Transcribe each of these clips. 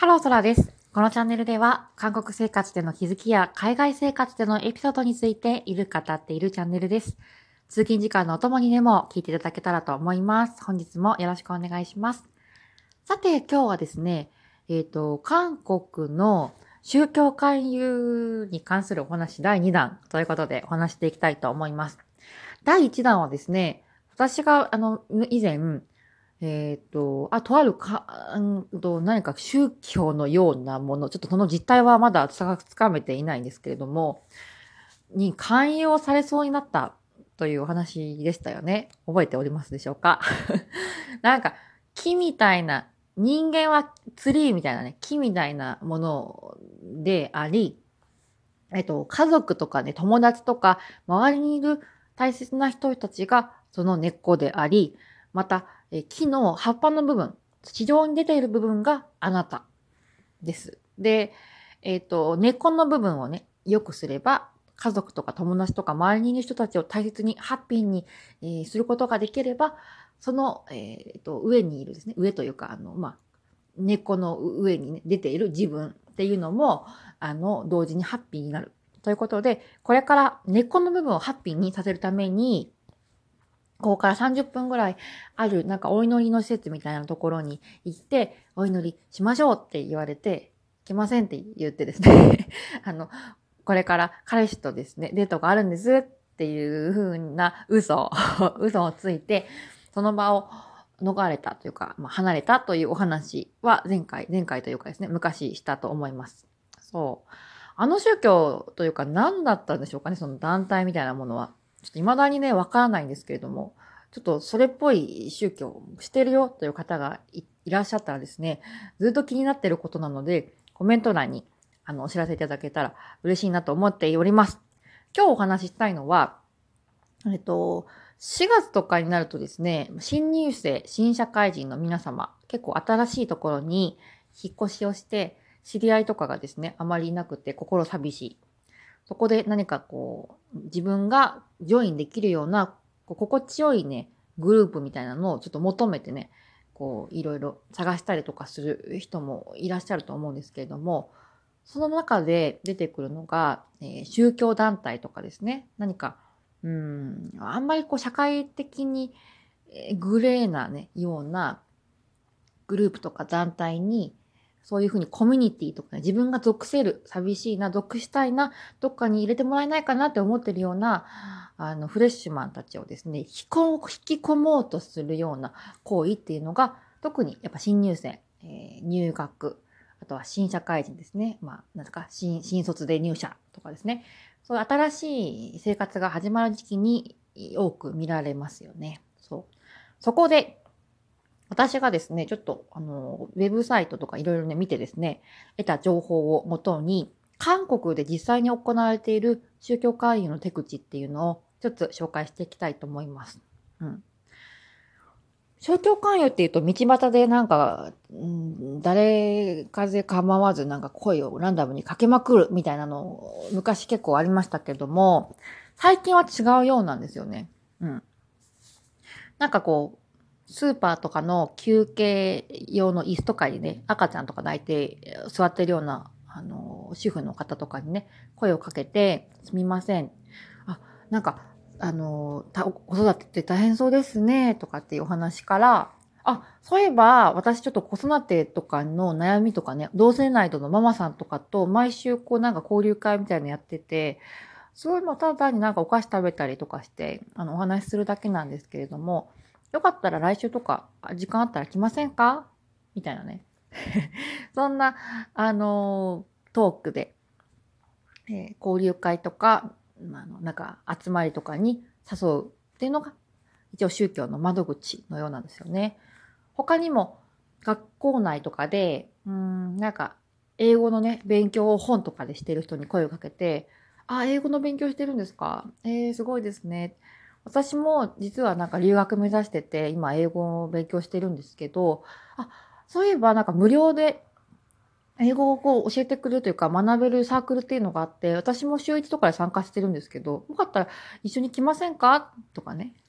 ハローソラです。このチャンネルでは、韓国生活での気づきや海外生活でのエピソードについて語っているチャンネルです。通勤時間のお供にでも聞いていただけたらと思います。本日もよろしくお願いします。さて、今日はですね、韓国の宗教勧誘に関するお話第2弾ということでお話していきたいと思います。第1弾はですね、私が以前、とある何か宗教のようなもの、ちょっとその実態はまだつかめていないんですけれども、に勧誘をされそうになったというお話でしたよね。覚えておりますでしょうか？なんか、木みたいな、人間はツリーみたいなね、木みたいなものであり、家族とかね、友達とか、周りにいる大切な人たちがその根っこであり、また、木の葉っぱの部分、地上に出ている部分があなたです。で、根っこの部分をね、良くすれば、家族とか友達とか周りにいる人たちを大切にハッピーに、することができれば、その、上にいるですね、上というか、根っこの上に、ね、出ている自分っていうのも、同時にハッピーになる。ということで、これから根っこの部分をハッピーにさせるために、ここから30分ぐらいある、なんかお祈りの施設みたいなところに行って、お祈りしましょうって言われて、いけませんって言ってですね、これから彼氏とですね、デートがあるんですっていう風な嘘をついて、その場を逃れたというか、離れたというお話は前回というかですね、昔したと思います。そう。あの宗教というか何だったんでしょうかね、その団体みたいなものは。ちょっと未だにね、わからないんですけれども、ちょっとそれっぽい宗教をしてるよという方がいらっしゃったらですね、ずっと気になっていることなので、コメント欄にお知らせいただけたら嬉しいなと思っております。今日お話ししたいのは、4月とかになるとですね、新入生、新社会人の皆様、結構新しいところに引っ越しをして、知り合いとかがですね、あまりいなくて心寂しい。そこで何か自分がジョインできるような、心地よいね、グループみたいなのをちょっと求めてね、いろいろ探したりとかする人もいらっしゃると思うんですけれども、その中で出てくるのが、宗教団体とかですね、何か、あんまり社会的にグレーなね、ようなグループとか団体に、そういうふうにコミュニティとかね、自分が属せる、寂しいな、属したいな、どっかに入れてもらえないかなって思ってるような、フレッシュマンたちをですね、引き込もうとするような行為っていうのが、特にやっぱ新入生、入学、あとは新社会人ですね。なんですか、新卒で入社とかですね。そういう新しい生活が始まる時期に多く見られますよね。そう。そこで、私がですね、ちょっと、ウェブサイトとかいろいろね、見てですね、得た情報をもとに、韓国で実際に行われている宗教勧誘の手口っていうのを、ちょっと紹介していきたいと思います。うん。宗教勧誘っていうと、道端でなんか、誰風構わずなんか声をランダムにかけまくるみたいなの、昔結構ありましたけども、最近は違うようなんですよね。うん。なんかスーパーとかの休憩用の椅子とかにね、赤ちゃんとか抱いて座ってるような、主婦の方とかにね、声をかけて、すみません。あ、なんか、子育てって大変そうですね、とかっていうお話から、そういえば、私ちょっと子育てとかの悩みとかね、同性内とのママさんとかと毎週なんか交流会みたいなのやってて、そういうのただ単になんかお菓子食べたりとかして、お話しするだけなんですけれども、よかったら来週とか、時間あったら来ませんかみたいなね。そんな、トークで、交流会とか、なんか集まりとかに誘うっていうのが、一応宗教の窓口のようなんですよね。他にも、学校内とかで、なんか、英語のね、勉強を本とかでしてる人に声をかけて、英語の勉強してるんですか？すごいですね。私も実はなんか留学目指してて、今英語を勉強してるんですけど、そういえばなんか無料で英語を教えてくれるというか学べるサークルっていうのがあって、私も週1とかで参加してるんですけど、よかったら一緒に来ませんかとかね。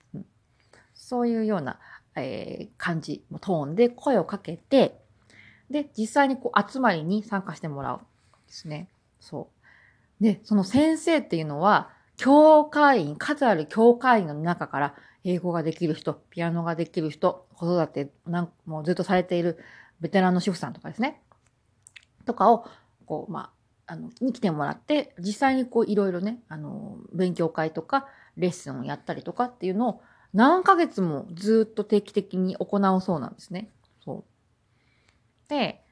そういうような、感じ、トーンで声をかけて、 で、実際にこう集まりに参加してもらうんですね。そう。で、その先生っていうのは、数ある教会員の中から、英語ができる人、ピアノができる人、子育てもうずっとされているベテランの主婦さんとかですね。とかを、こう、に来てもらって、実際にこういろいろね、勉強会とかレッスンをやったりとかっていうのを何ヶ月もずっと定期的に行うそうなんですね。そう。で、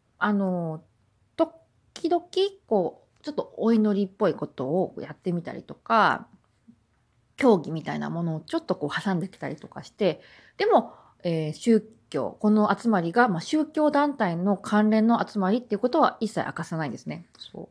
時々、こう、ちょっとお祈りっぽいことをやってみたりとか、競技みたいなものをちょっとこう挟んできたりとかして、でも、この集まりが、宗教団体の関連の集まりっていうことは一切明かさないんですね。そう。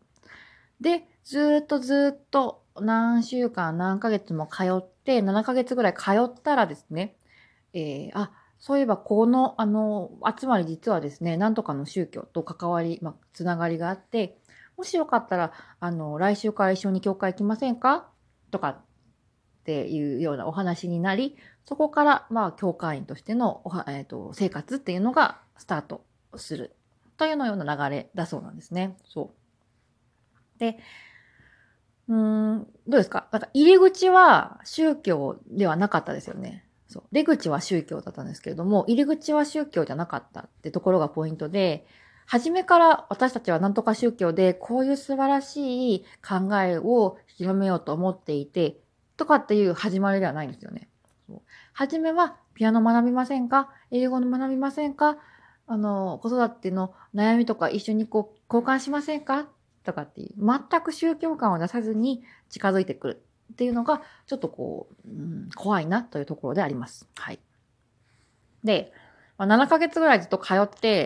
で、ずっと何週間、何ヶ月も通って、7ヶ月ぐらい通ったらですね、そういえばこの、集まり実はですね、なんとかの宗教と関わり、つながりがあって、もしよかったら、来週から一緒に教会行きませんかとかっていうようなお話になり、そこから、教会員としての生活っていうのがスタートするというような流れだそうなんですね。そう。で、どうですか？なんか入り口は宗教ではなかったですよね。そう。出口は宗教だったんですけれども、入り口は宗教じゃなかったってところがポイントで、初めから私たちは何とか宗教でこういう素晴らしい考えを広めようと思っていて、とかっていう始まりではないんですよね。そう。初めはピアノ学びませんか？英語の学びませんか？子育ての悩みとか一緒にこう交換しませんか？とかっていう、全く宗教感を出さずに近づいてくるっていうのが、ちょっとこう、怖いなというところであります。はい。で、7ヶ月ぐらいずっと通って、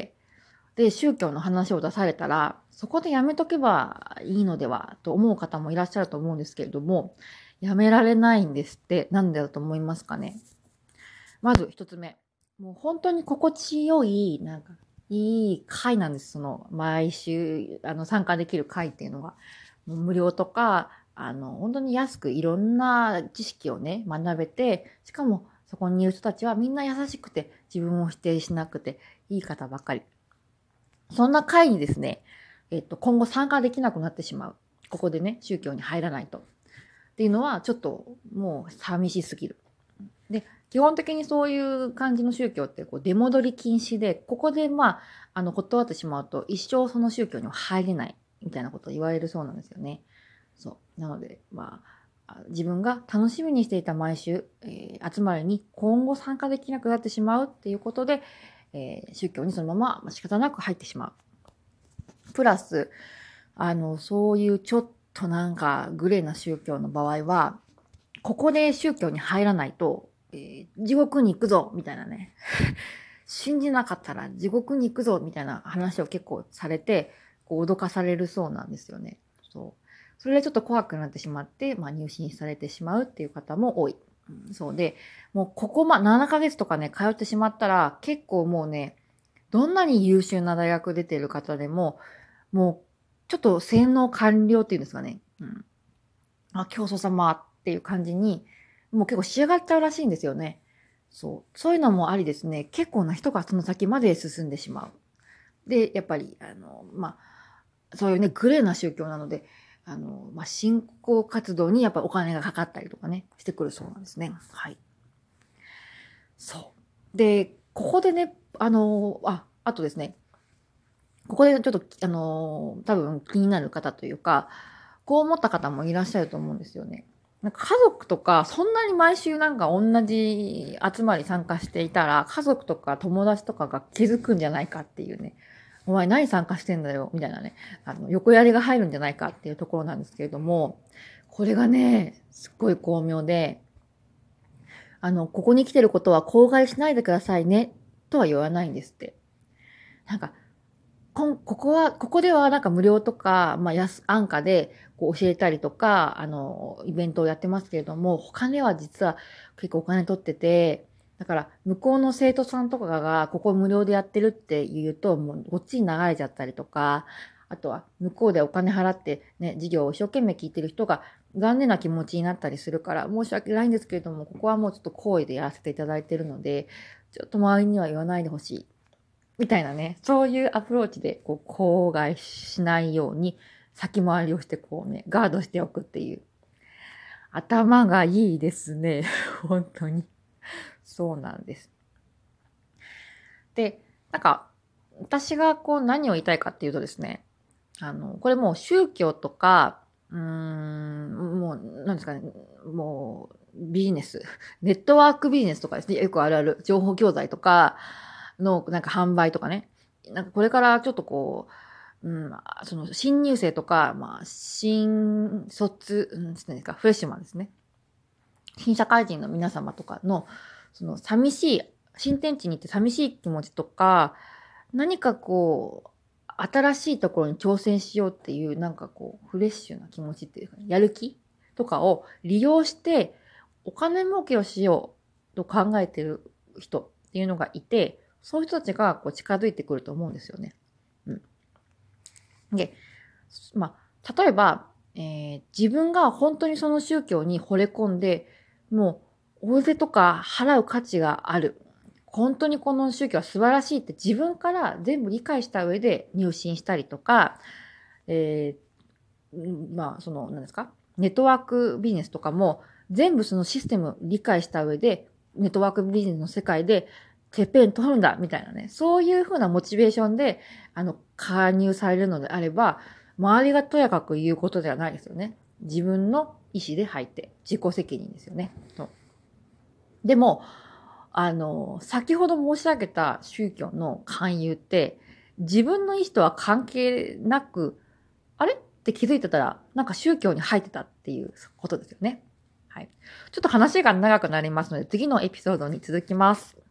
で、宗教の話を出されたら、そこでやめとけばいいのではと思う方もいらっしゃると思うんですけれども、やめられないんですって。なんでだと思いますかね。まず一つ目。もう本当に心地よい、なんか、いい会なんです。その、毎週、参加できる会っていうのが。もう無料とか、本当に安くいろんな知識をね、学べて、しかも、そこにいる人たちはみんな優しくて、自分を否定しなくて、いい方ばっかり。そんな会にですね、今後参加できなくなってしまう。ここでね、宗教に入らないと。っていうのは、ちょっともう寂しすぎる。で、基本的にそういう感じの宗教ってこう出戻り禁止で、ここで断ってしまうと一生その宗教には入れないみたいなことを言われるそうなんですよね。そう。なので、自分が楽しみにしていた毎週、集まりに今後参加できなくなってしまうっていうことで、宗教にそのまま仕方なく入ってしまう。プラス、そういうちょっとなんかグレーな宗教の場合は、ここで宗教に入らないと、地獄に行くぞみたいなね。信じなかったら地獄に行くぞみたいな話を結構されて、こう脅かされるそうなんですよね。そう。それでちょっと怖くなってしまって、入信されてしまうっていう方も多い。そうで、もうここ7ヶ月とかね、通ってしまったら、結構もうね、どんなに優秀な大学出てる方でも、もう、ちょっと洗脳完了っていうんですかね。教祖様っていう感じに、もう結構仕上がっちゃうらしいんですよね。そう。そういうのもありですね、結構な人がその先まで進んでしまう。で、やっぱり、そういうね、グレーな宗教なので、信仰活動にやっぱお金がかかったりとかね、してくるそうなんですね。はい。そう。で、ここでね、あとですね、ここでちょっと、多分気になる方というか、こう思った方もいらっしゃると思うんですよね。なんか家族とか、そんなに毎週なんか同じ集まり参加していたら、家族とか友達とかが気づくんじゃないかっていうね。お前何参加してんだよ、みたいなね。横やりが入るんじゃないかっていうところなんですけれども、これがね、すっごい巧妙で、ここに来てることは口外しないでくださいね、とは言わないんですって。なんか、ここではなんか無料とか、安価でこう教えたりとか、イベントをやってますけれども、他では実は結構お金取ってて、だから向こうの生徒さんとかがここ無料でやってるって言うと、もうこっちに流れちゃったりとか、あとは向こうでお金払ってね、授業を一生懸命聞いてる人が残念な気持ちになったりするから、申し訳ないんですけれども、ここはもうちょっと好意でやらせていただいているので、ちょっと周りには言わないでほしい。 みたいなね、そういうアプローチで、口外しないように、先回りをして、ガードしておくっていう。頭がいいですね。本当に。そうなんです。で、私が何を言いたいかっていうとですね、これもう宗教とか、もう、なんですかね、もう、ビジネス、ネットワークビジネスとかですね、よくあるある、情報教材とかの、販売とかね、これからちょっとその新入生とか、新卒、ですか、フレッシュマンですね。新社会人の皆様とかの、その寂しい、新天地に行って寂しい気持ちとか、何か新しいところに挑戦しようっていう、フレッシュな気持ちっていうか、やる気とかを利用して、お金儲けをしようと考えてる人っていうのがいて、そういう人たちが近づいてくると思うんですよね。うん。で、例えば、自分が本当にその宗教に惚れ込んで、もう、大勢とか払う価値がある。本当にこの宗教は素晴らしいって自分から全部理解した上で入信したりとか、何ですか、ネットワークビジネスとかも全部そのシステム理解した上で、ネットワークビジネスの世界でてっぺん取るんだみたいなね、そういうふうなモチベーションで、加入されるのであれば、周りがとやかく言うことではないですよね。自分の意思で入って、自己責任ですよね。でも、先ほど申し上げた宗教の勧誘って、自分の意思とは関係なく、あれって気づいてたら、宗教に入ってたっていうことですよね。はい。ちょっと話が長くなりますので、次のエピソードに続きます。